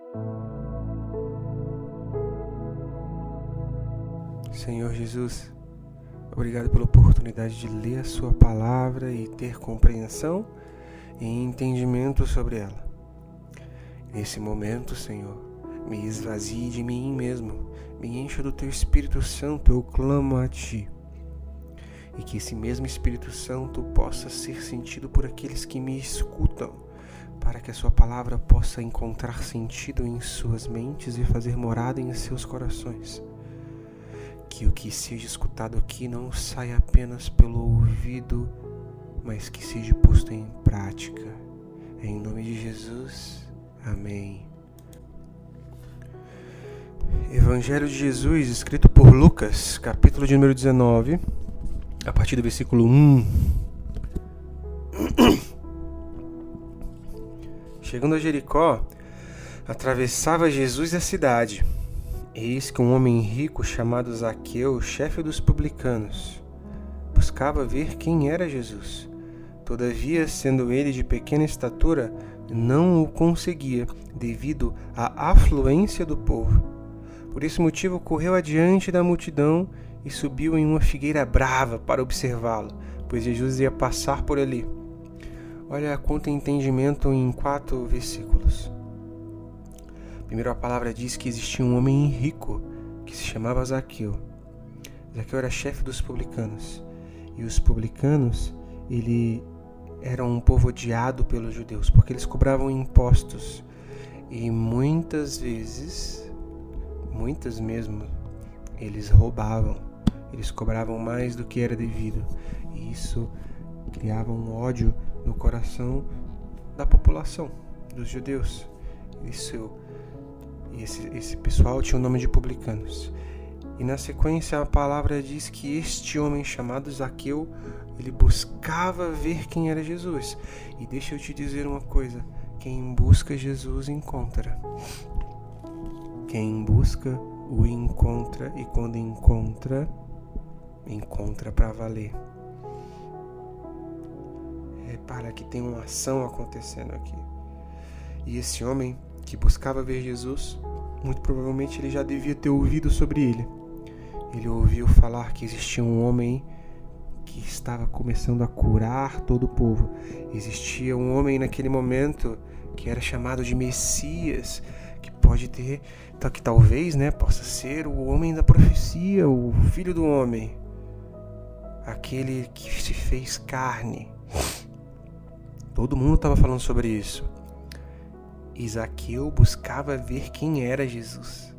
Senhor Jesus, obrigado pela oportunidade de ler a sua palavra e ter compreensão e entendimento sobre ela. Nesse momento, Senhor, me esvazie de mim mesmo, me encha do teu Espírito Santo, eu clamo a Ti. E que esse mesmo Espírito Santo possa ser sentido por aqueles que me escutam, para que a sua palavra possa encontrar sentido em suas mentes e fazer morada em seus corações. Que o que seja escutado aqui não saia apenas pelo ouvido, mas que seja posto em prática. Em nome de Jesus, amém. Evangelho de Jesus, escrito por Lucas, capítulo de número 19, a partir do versículo 1. Chegando a Jericó, atravessava Jesus a cidade. Eis que um homem rico chamado Zaqueu, chefe dos publicanos, buscava ver quem era Jesus. Todavia, sendo ele de pequena estatura, não o conseguia, devido à afluência do povo. Por esse motivo, correu adiante da multidão e subiu em uma figueira brava para observá-lo, pois Jesus ia passar por ali. Olha quanto entendimento em 4 versículos. Primeiro, a palavra diz que existia um homem rico que se chamava Zaqueu. Zaqueu era chefe dos publicanos. E os publicanos, eram um povo odiado pelos judeus, porque eles cobravam impostos. E muitas vezes, muitas mesmo, eles roubavam. Eles cobravam mais do que era devido. E isso criava um ódio no coração da população, dos judeus. Esse pessoal tinha o nome de publicanos. E na sequência a palavra diz que este homem chamado Zaqueu, ele buscava ver quem era Jesus. E deixa eu te dizer uma coisa, quem busca Jesus encontra. Quem busca o encontra, e quando encontra para valer. Repara que tem uma ação acontecendo aqui. E esse homem que buscava ver Jesus, muito provavelmente ele já devia ter ouvido sobre ele. Ele ouviu falar que existia um homem que estava começando a curar todo o povo. Existia um homem naquele momento que era chamado de Messias, que talvez, possa ser o homem da profecia, o filho do homem, aquele que se fez carne. Todo mundo estava falando sobre isso. E Zaqueu buscava ver quem era Jesus.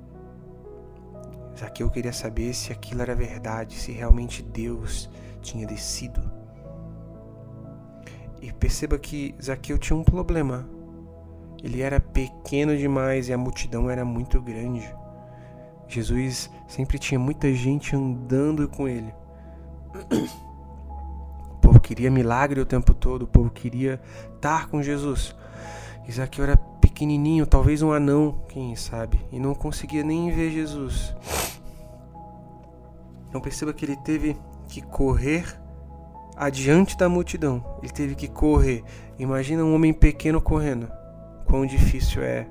Zaqueu queria saber se aquilo era verdade, se realmente Deus tinha descido. E perceba que Zaqueu tinha um problema. Ele era pequeno demais e a multidão era muito grande. Jesus sempre tinha muita gente andando com ele. O povo queria milagre o tempo todo, o povo queria estar com Jesus. Zaqueu era pequenininho, talvez um anão, quem sabe, e não conseguia nem ver Jesus. Então perceba que ele teve que correr adiante da multidão. Ele teve que correr. Imagina um homem pequeno correndo. Quão difícil é.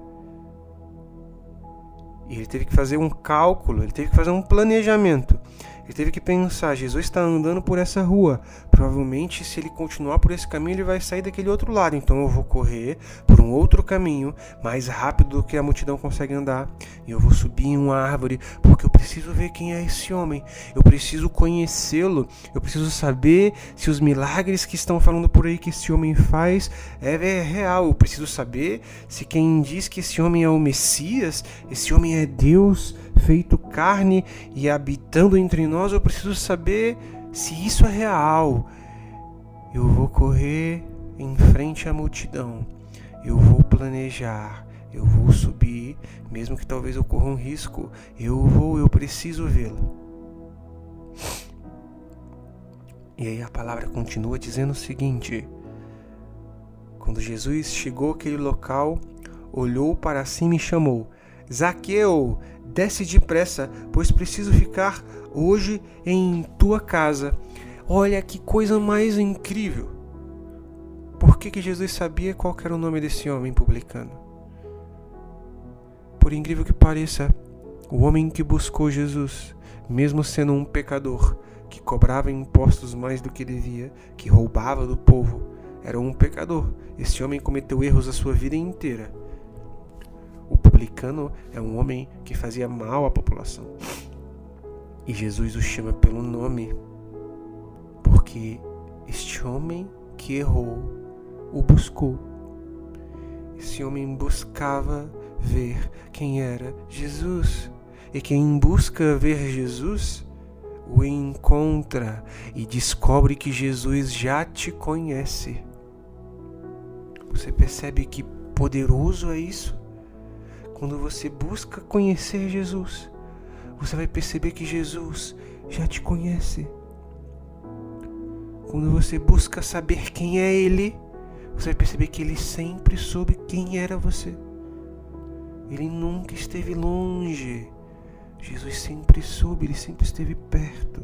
E ele teve que fazer um cálculo, ele teve que fazer um planejamento. Ele teve que pensar, Jesus está andando por essa rua. Provavelmente, se ele continuar por esse caminho, ele vai sair daquele outro lado. Então eu vou correr por um outro caminho, mais rápido do que a multidão consegue andar. E eu vou subir em uma árvore, porque eu preciso ver quem é esse homem. Eu preciso conhecê-lo. Eu preciso saber se os milagres que estão falando por aí que esse homem faz é real. Eu preciso saber se quem diz que esse homem é o Messias, esse homem é Deus feito carne e habitando entre nós. Eu preciso saber se isso é real. Eu vou correr em frente à multidão. Eu vou planejar. Eu vou subir, mesmo que talvez eu corra um risco. Eu preciso vê-lo. E aí a palavra continua dizendo o seguinte: quando Jesus chegou àquele local, olhou para cima e chamou: Zaqueu, desce depressa, pois preciso ficar hoje em tua casa. Olha que coisa mais incrível. Por que Jesus sabia qual era o nome desse homem publicano? Por incrível que pareça, o homem que buscou Jesus, mesmo sendo um pecador, que cobrava impostos mais do que devia, que roubava do povo, era um pecador. Esse homem cometeu erros a sua vida inteira. O publicano é um homem que fazia mal à população. E Jesus o chama pelo nome, porque este homem que errou o buscou. Esse homem buscava ver quem era Jesus. E quem busca ver Jesus o encontra e descobre que Jesus já te conhece. Você percebe que poderoso é isso? Quando você busca conhecer Jesus, você vai perceber que Jesus já te conhece. Quando você busca saber quem é Ele, você vai perceber que Ele sempre soube quem era você. Ele nunca esteve longe. Jesus sempre soube, Ele sempre esteve perto.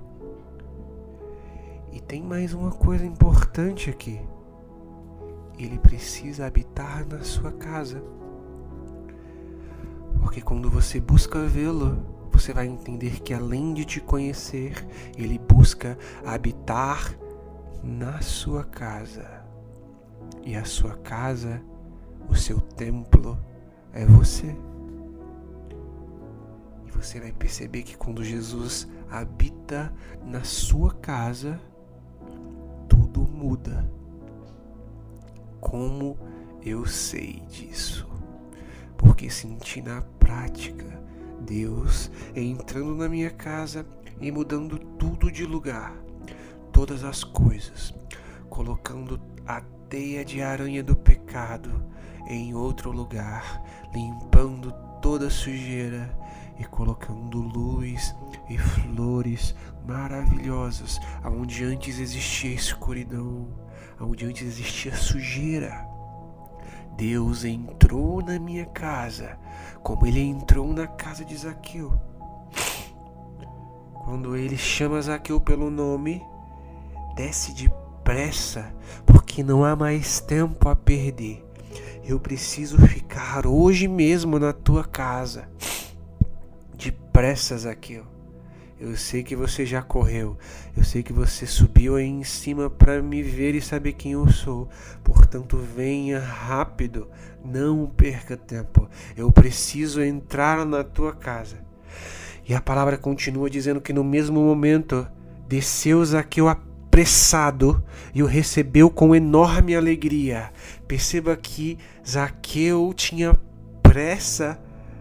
E tem mais uma coisa importante aqui. Ele precisa habitar na sua casa. Porque quando você busca vê-lo, você vai entender que além de te conhecer, Ele busca habitar na sua casa. E a sua casa, o seu templo, é você. E você vai perceber que quando Jesus habita na sua casa, tudo muda. Como eu sei disso? Porque senti na prática Deus entrando na minha casa e mudando tudo de lugar, todas as coisas, colocando a teia de aranha do pecado em outro lugar, limpando toda a sujeira e colocando luz e flores maravilhosas onde antes existia escuridão, onde antes existia sujeira. Deus entrou na minha casa, como Ele entrou na casa de Zaqueu. Quando Ele chama Zaqueu pelo nome, desce depressa, porque não há mais tempo a perder. Eu preciso ficar hoje mesmo na tua casa. Depressa, Zaqueu. Eu sei que você já correu. Eu sei que você subiu aí em cima para me ver e saber quem eu sou. Portanto, venha rápido. Não perca tempo. Eu preciso entrar na tua casa. E a palavra continua dizendo que no mesmo momento desceu Zaqueu apressado e o recebeu com enorme alegria. Perceba que Zaqueu tinha pressa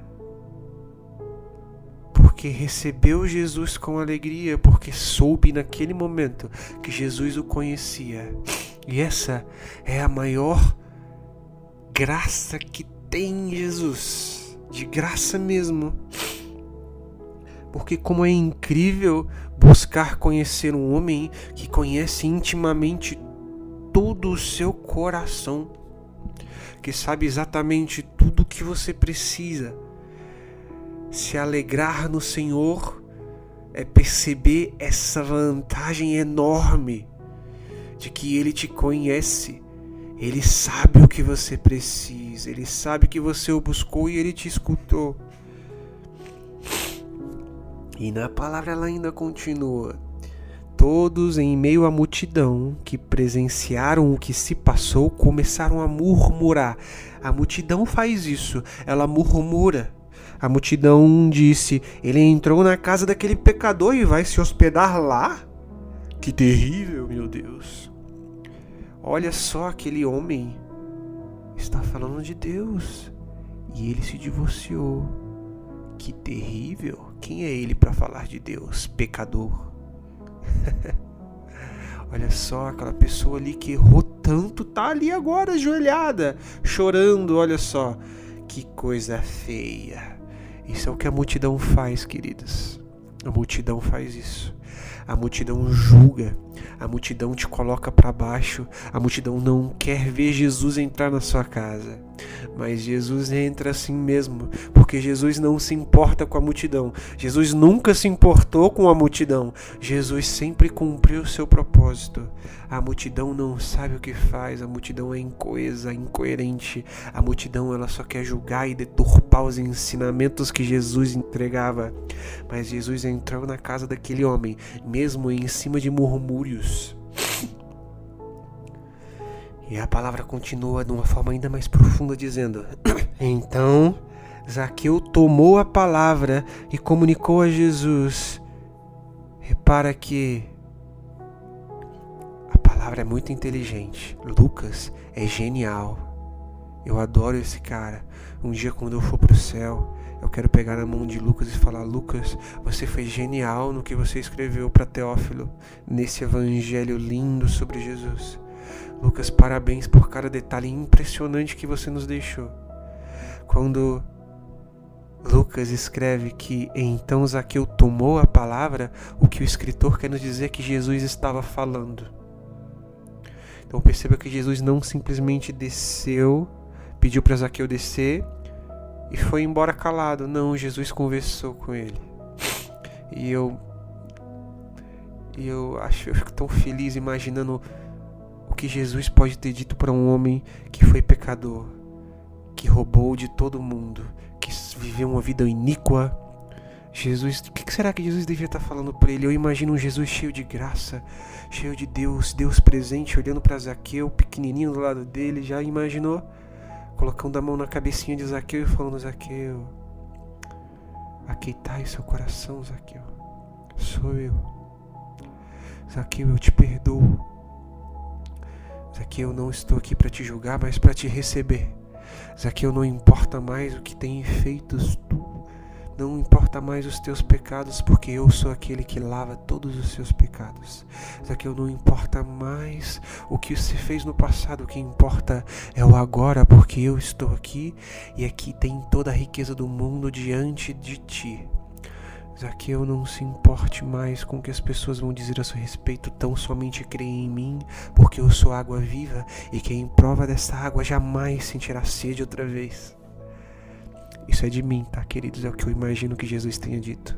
porque recebeu Jesus com alegria, porque soube naquele momento que Jesus o conhecia. E essa é a maior graça que tem Jesus, de graça mesmo. Porque como é incrível buscar conhecer um homem que conhece intimamente todo o seu coração, que sabe exatamente tudo o que você precisa. Se alegrar no Senhor é perceber essa vantagem enorme de que Ele te conhece. Ele sabe o que você precisa. Ele sabe que você o buscou e Ele te escutou. E na palavra ela ainda continua. Todos em meio à multidão que presenciaram o que se passou começaram a murmurar. A multidão faz isso, ela murmura. A multidão disse: ele entrou na casa daquele pecador e vai se hospedar lá? Que terrível, meu Deus! Olha só, aquele homem está falando de Deus e ele se divorciou. Que terrível! Quem é ele para falar de Deus? Pecador. Olha só, aquela pessoa ali que errou tanto tá ali agora ajoelhada, chorando. Olha só, que coisa feia. Isso é o que a multidão faz, queridos. A multidão faz isso. A multidão julga, a multidão te coloca para baixo, a multidão não quer ver Jesus entrar na sua casa. Mas Jesus entra assim mesmo, porque Jesus não se importa com a multidão. Jesus nunca se importou com a multidão. Jesus sempre cumpriu o seu propósito. A multidão não sabe o que faz, a multidão é incoesa, incoerente. A multidão ela só quer julgar e deturpar os ensinamentos que Jesus entregava. Mas Jesus entrou na casa daquele homem, mesmo em cima de murmúrios. E a palavra continua de uma forma ainda mais profunda, dizendo: Então Zaqueu tomou a palavra e comunicou a Jesus. Repara que a palavra é muito inteligente. Lucas é genial. Eu adoro esse cara. Um dia, quando eu for pro céu, eu quero pegar na mão de Lucas e falar: Lucas, você foi genial no que você escreveu para Teófilo, nesse evangelho lindo sobre Jesus. Lucas, parabéns por cada detalhe impressionante que você nos deixou. Quando Lucas escreve que então Zaqueu tomou a palavra, o que o escritor quer nos dizer é que Jesus estava falando. Então perceba que Jesus não simplesmente desceu, pediu para Zaqueu descer e foi embora calado. Não, Jesus conversou com ele. E eu fico tão feliz imaginando o que Jesus pode ter dito para um homem que foi pecador, que roubou de todo mundo, que viveu uma vida iníqua. Jesus, o que será que Jesus devia estar falando para ele? Eu imagino um Jesus cheio de graça, cheio de Deus presente, olhando para Zaqueu, pequenininho do lado dele. Já imaginou? Colocando a mão na cabecinha de Zaqueu e falando: Zaqueu, aqueitai seu coração, Zaqueu. Sou eu. Zaqueu, eu te perdoo. Zaqueu, eu não estou aqui para te julgar, mas para te receber. Zaqueu, não importa mais o que tem feito tu, não importa mais os teus pecados, porque eu sou aquele que lava todos os seus pecados. Zaqueu, não importa mais o que você fez no passado, o que importa é o agora, porque eu estou aqui e aqui tem toda a riqueza do mundo diante de ti. Zaqueu, não se importe mais com o que as pessoas vão dizer a seu respeito, tão somente creia em mim, porque eu sou água viva, e quem prova dessa água jamais sentirá sede outra vez. Isso é de mim, tá, queridos? É o que eu imagino que Jesus tenha dito.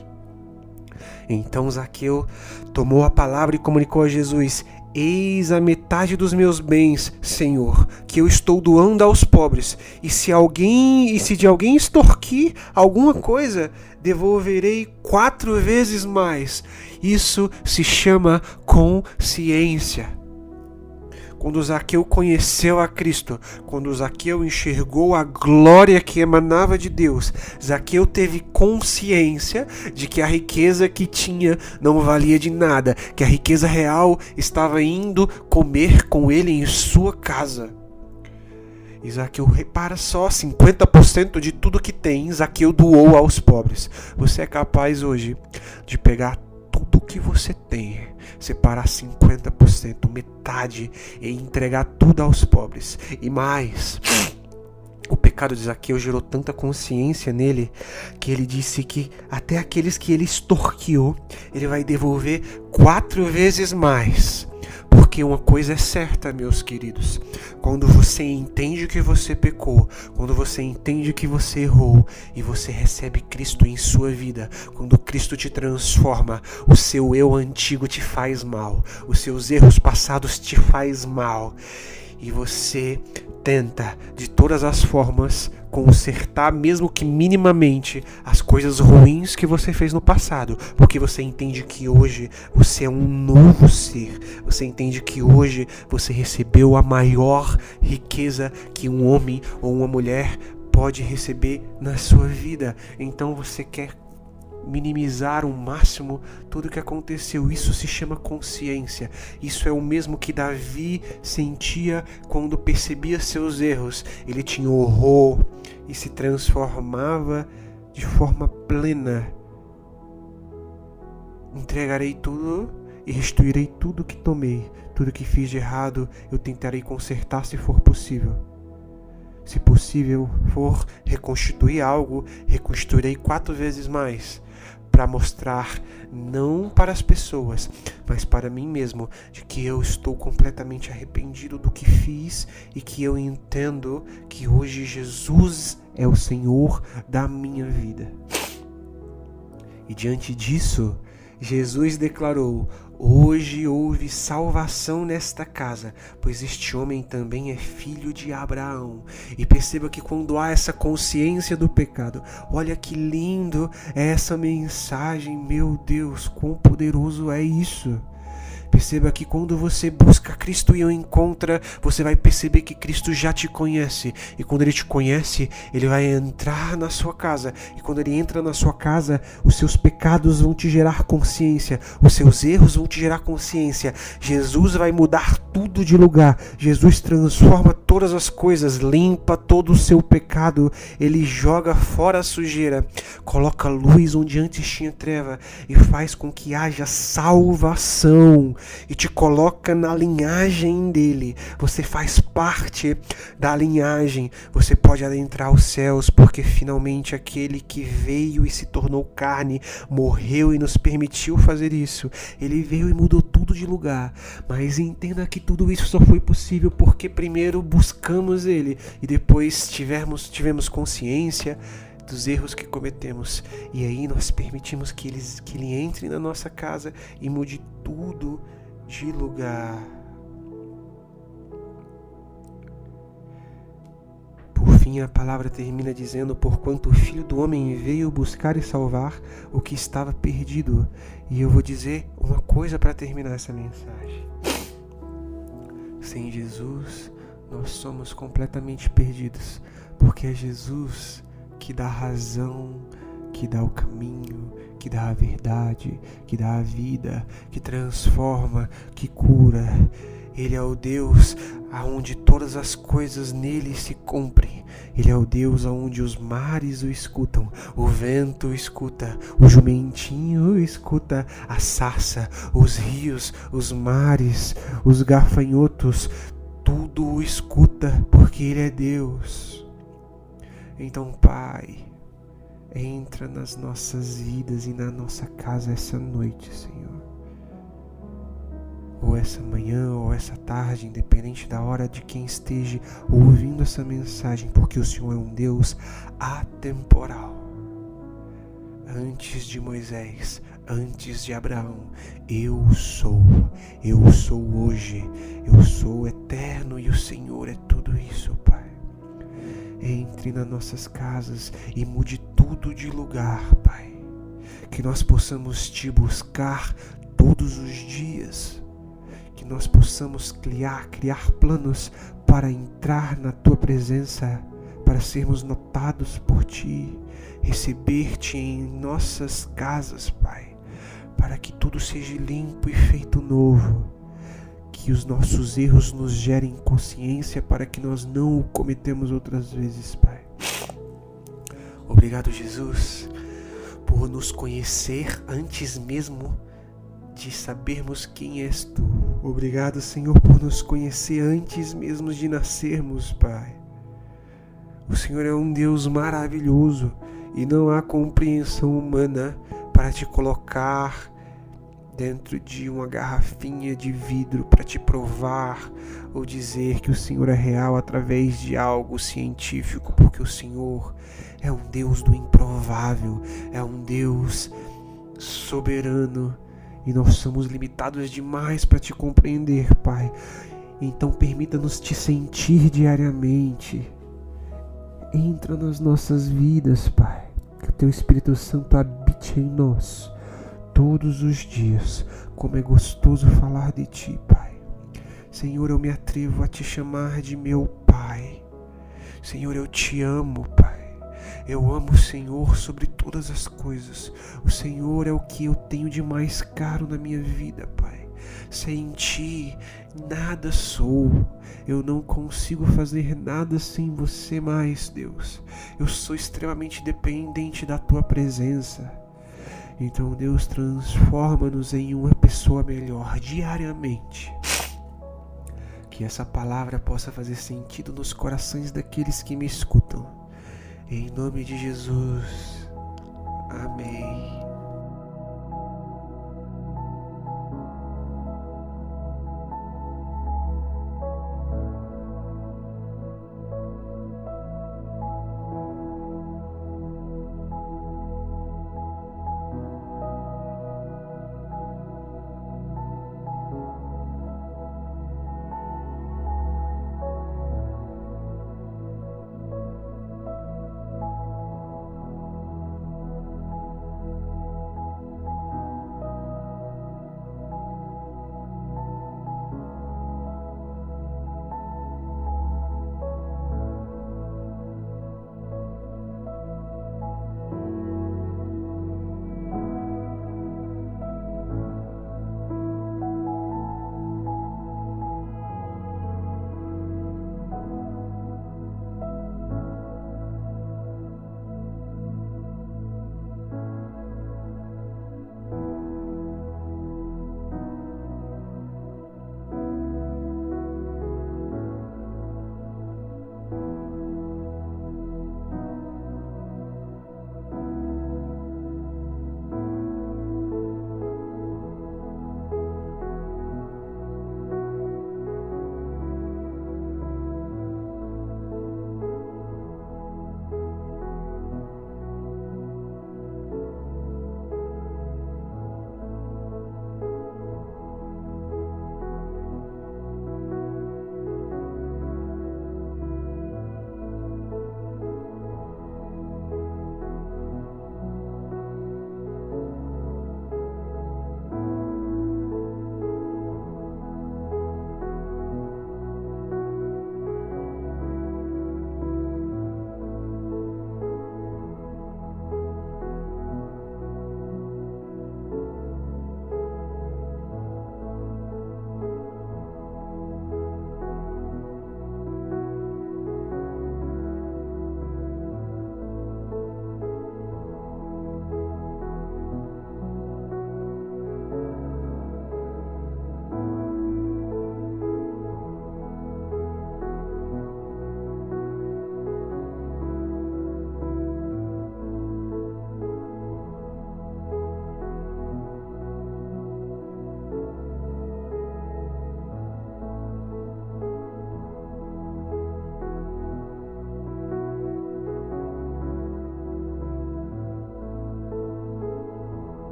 Então Zaqueu tomou a palavra e comunicou a Jesus: Eis a metade dos meus bens, Senhor, que eu estou doando aos pobres, e se de alguém extorquir alguma coisa, devolverei 4 vezes mais. Isso se chama consciência. Quando Zaqueu conheceu a Cristo, quando Zaqueu enxergou a glória que emanava de Deus, Zaqueu teve consciência de que a riqueza que tinha não valia de nada, que a riqueza real estava indo comer com ele em sua casa. E Zaqueu, repara só, 50% de tudo que tem, Zaqueu doou aos pobres. Você é capaz hoje de pegar tudo que você tem, separar 50%, metade, e entregar tudo aos pobres. E mais, o pecado de Zaqueu gerou tanta consciência nele que ele disse que até aqueles que ele extorquiu, ele vai devolver 4 vezes mais. Porque uma coisa é certa, meus queridos: quando você entende que você pecou, quando você entende que você errou e você recebe Cristo em sua vida, quando Cristo te transforma, o seu eu antigo te faz mal, os seus erros passados te faz mal, e você tenta de todas as formas consertar, mesmo que minimamente, as coisas ruins que você fez no passado, porque você entende que hoje você é um novo ser, você entende que hoje você recebeu a maior riqueza que um homem ou uma mulher pode receber na sua vida. Então você quer minimizar ao máximo tudo o que aconteceu. Isso se chama consciência. Isso é o mesmo que Davi sentia quando percebia seus erros. Ele tinha horror e se transformava de forma plena. Entregarei tudo e restituirei tudo que tomei. Tudo que fiz de errado eu tentarei consertar se for possível. Se possível for reconstituir algo, reconstruirei 4 vezes mais. para mostrar não para as pessoas, mas para mim mesmo, de que eu estou completamente arrependido do que fiz e que eu entendo que hoje Jesus é o Senhor da minha vida. E diante disso, Jesus declarou: hoje houve salvação nesta casa, pois este homem também é filho de Abraão. E perceba que quando há essa consciência do pecado, olha que lindo é essa mensagem, meu Deus, quão poderoso é isso. Perceba que quando você busca Cristo e o encontra, você vai perceber que Cristo já te conhece. E quando Ele te conhece, Ele vai entrar na sua casa. E quando Ele entra na sua casa, os seus pecados vão te gerar consciência. Os seus erros vão te gerar consciência. Jesus vai mudar tudo de lugar. Jesus transforma todas as coisas, limpa todo o seu pecado. Ele joga fora a sujeira, coloca luz onde antes tinha treva e faz com que haja salvação. E te coloca na linhagem dele. Você faz parte da linhagem. Você pode adentrar os céus, porque finalmente aquele que veio e se tornou carne, morreu e nos permitiu fazer isso. Ele veio e mudou tudo de lugar. Mas entenda que tudo isso só foi possível porque primeiro buscamos ele e depois tivemos consciência dos erros que cometemos, e aí nós permitimos que ele entre na nossa casa e mude tudo de lugar. Por fim, a palavra termina dizendo: porquanto o Filho do Homem veio buscar e salvar o que estava perdido. E eu vou dizer uma coisa para terminar essa mensagem: sem Jesus nós somos completamente perdidos, porque é Jesus que dá a razão, que dá o caminho, que dá a verdade, que dá a vida, que transforma, que cura. Ele é o Deus aonde todas as coisas nele se cumprem. Ele é o Deus aonde os mares o escutam, o vento o escuta, o jumentinho o escuta, a sarça, os rios, os mares, os gafanhotos, tudo o escuta, porque ele é Deus. Então, Pai, entra nas nossas vidas e na nossa casa essa noite, Senhor. Ou essa manhã, ou essa tarde, independente da hora de quem esteja ouvindo essa mensagem, porque o Senhor é um Deus atemporal. Antes de Moisés, antes de Abraão, eu sou hoje, eu sou eterno e o Senhor é tudo isso, Pai. Entre nas nossas casas e mude tudo de lugar, Pai. Que nós possamos te buscar todos os dias. Que nós possamos criar planos para entrar na Tua presença, para sermos notados por Ti, receber-te em nossas casas, Pai, para que tudo seja limpo e feito novo. Que os nossos erros nos gerem consciência para que nós não o cometemos outras vezes, Pai. Obrigado, Jesus, por nos conhecer antes mesmo de sabermos quem és Tu. Obrigado, Senhor, por nos conhecer antes mesmo de nascermos, Pai. O Senhor é um Deus maravilhoso e não há compreensão humana para te colocar dentro de uma garrafinha de vidro para te provar ou dizer que o Senhor é real através de algo científico, porque o Senhor é um Deus do improvável, é um Deus soberano e nós somos limitados demais para te compreender, Pai. Então permita-nos te sentir diariamente. Entra nas nossas vidas, Pai, que o Teu Espírito Santo habite em nós todos os dias. Como é gostoso falar de Ti, Pai. Senhor, eu me atrevo a Te chamar de meu Pai. Senhor, eu Te amo, Pai. Eu amo o Senhor sobre todas as coisas. O Senhor é o que eu tenho de mais caro na minha vida, Pai. Sem Ti, nada sou. Eu não consigo fazer nada sem Você mais, Deus. Eu sou extremamente dependente da Tua presença. Então, Deus, transforma-nos em uma pessoa melhor diariamente. Que essa palavra possa fazer sentido nos corações daqueles que me escutam. Em nome de Jesus. Amém.